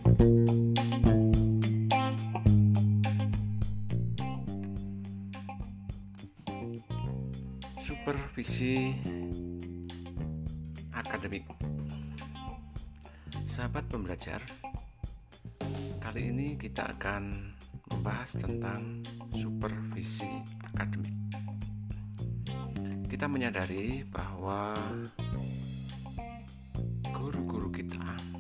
Supervisi akademik. Sahabat pembelajar, kali ini kita akan membahas tentang supervisi akademik. Kita menyadari bahwa guru-guru kita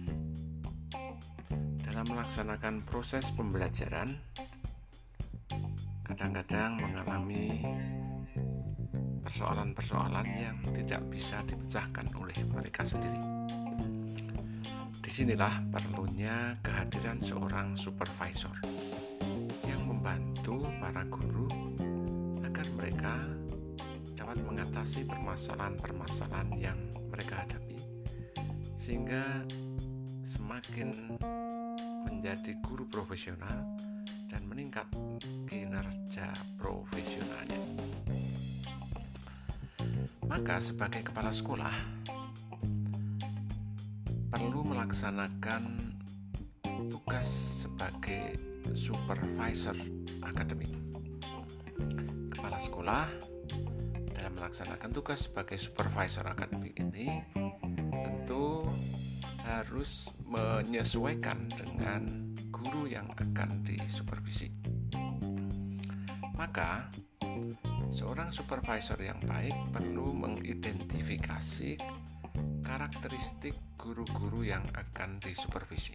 dalam melaksanakan proses pembelajaran kadang-kadang mengalami persoalan-persoalan yang tidak bisa dipecahkan oleh mereka sendiri. Disinilah perlunya kehadiran seorang supervisor yang membantu para guru agar mereka dapat mengatasi permasalahan-permasalahan yang mereka hadapi, sehingga semakin menjadi guru profesional dan meningkat kinerja profesionalnya. Maka sebagai kepala sekolah perlu melaksanakan tugas sebagai supervisor akademik. Kepala sekolah dalam melaksanakan tugas sebagai supervisor akademik ini tentu harus menyesuaikan dengan guru yang akan disupervisi. Maka seorang supervisor yang baik perlu mengidentifikasi karakteristik guru-guru yang akan disupervisi.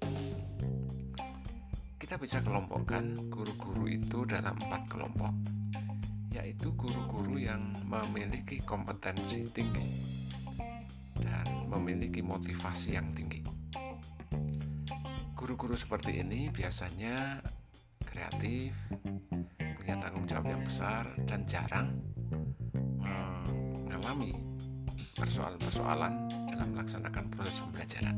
Kita bisa kelompokkan guru-guru itu dalam 4 kelompok, yaitu guru-guru yang memiliki kompetensi tinggi dan memiliki motivasi yang tinggi. Guru-guru seperti ini biasanya kreatif, punya tanggung jawab yang besar, dan jarang mengalami persoalan-persoalan dalam melaksanakan proses pembelajaran.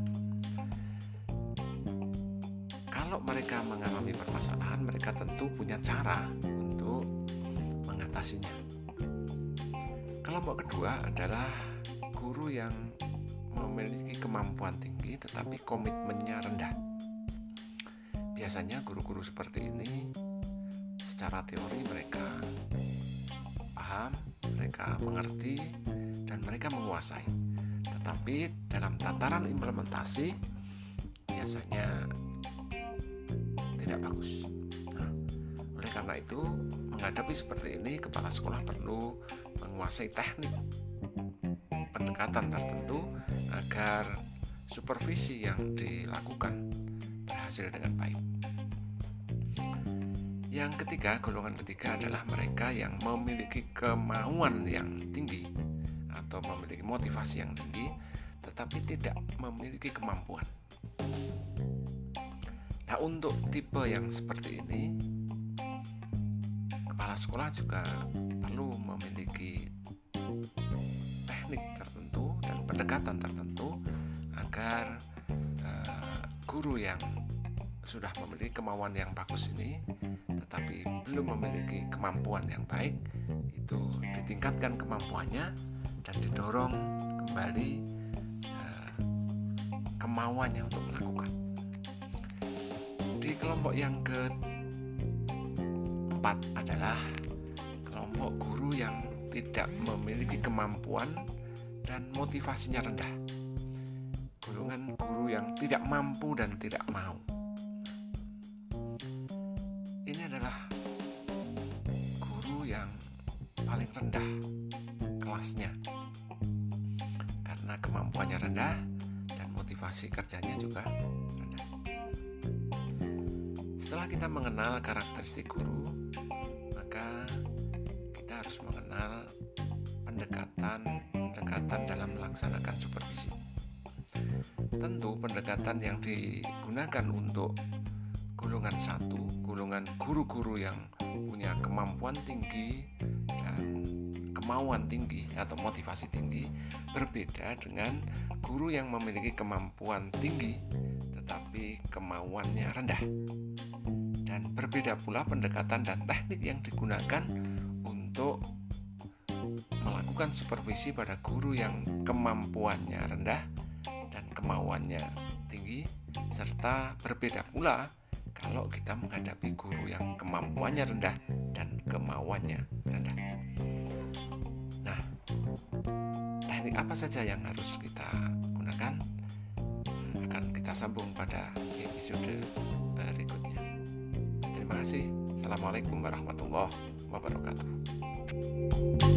Kalau mereka mengalami permasalahan, mereka tentu punya cara untuk mengatasinya. Kelompok kedua adalah guru yang memiliki kemampuan tinggi tetapi komitmennya rendah. Biasanya guru-guru seperti ini secara teori mereka paham, mereka mengerti, dan mereka menguasai. Tetapi dalam tataran implementasi biasanya tidak bagus. Oleh karena itu, menghadapi seperti ini, kepala sekolah perlu menguasai teknik pendekatan tertentu agar supervisi yang dilakukan berhasil dengan baik. Yang ketiga, golongan ketiga adalah mereka yang memiliki kemauan yang tinggi atau memiliki motivasi yang tinggi tetapi tidak memiliki kemampuan. Nah, untuk tipe yang seperti ini, kepala sekolah juga perlu memiliki teknik tertentu dan pendekatan tertentu agar guru yang sudah memiliki kemauan yang bagus ini tetapi belum memiliki kemampuan yang baik itu ditingkatkan kemampuannya dan didorong kembali kemauannya untuk melakukan. Di kelompok yang keempat adalah kelompok guru yang tidak memiliki kemampuan dan motivasinya rendah. Golongan guru yang tidak mampu dan tidak mau. Ini adalah guru yang paling rendah kelasnya karena kemampuannya rendah dan motivasi kerjanya juga rendah. Setelah kita mengenal karakteristik guru, maka kita harus mengenal pendekatan dalam melaksanakan supervisi. Tentu pendekatan yang digunakan untuk golongan 1, golongan guru-guru yang punya kemampuan tinggi dan kemauan tinggi atau motivasi tinggi berbeda dengan guru yang memiliki kemampuan tinggi tetapi kemauannya rendah. Dan berbeda pula pendekatan dan teknik yang digunakan untuk melakukan supervisi pada guru yang kemampuannya rendah dan kemauannya tinggi, serta berbeda pula kalau kita menghadapi guru yang kemampuannya rendah dan kemauannya rendah. Nah, teknik apa saja yang harus kita gunakan akan kita sambung pada episode berikutnya. Terima kasih. Assalamualaikum warahmatullahi wabarakatuh.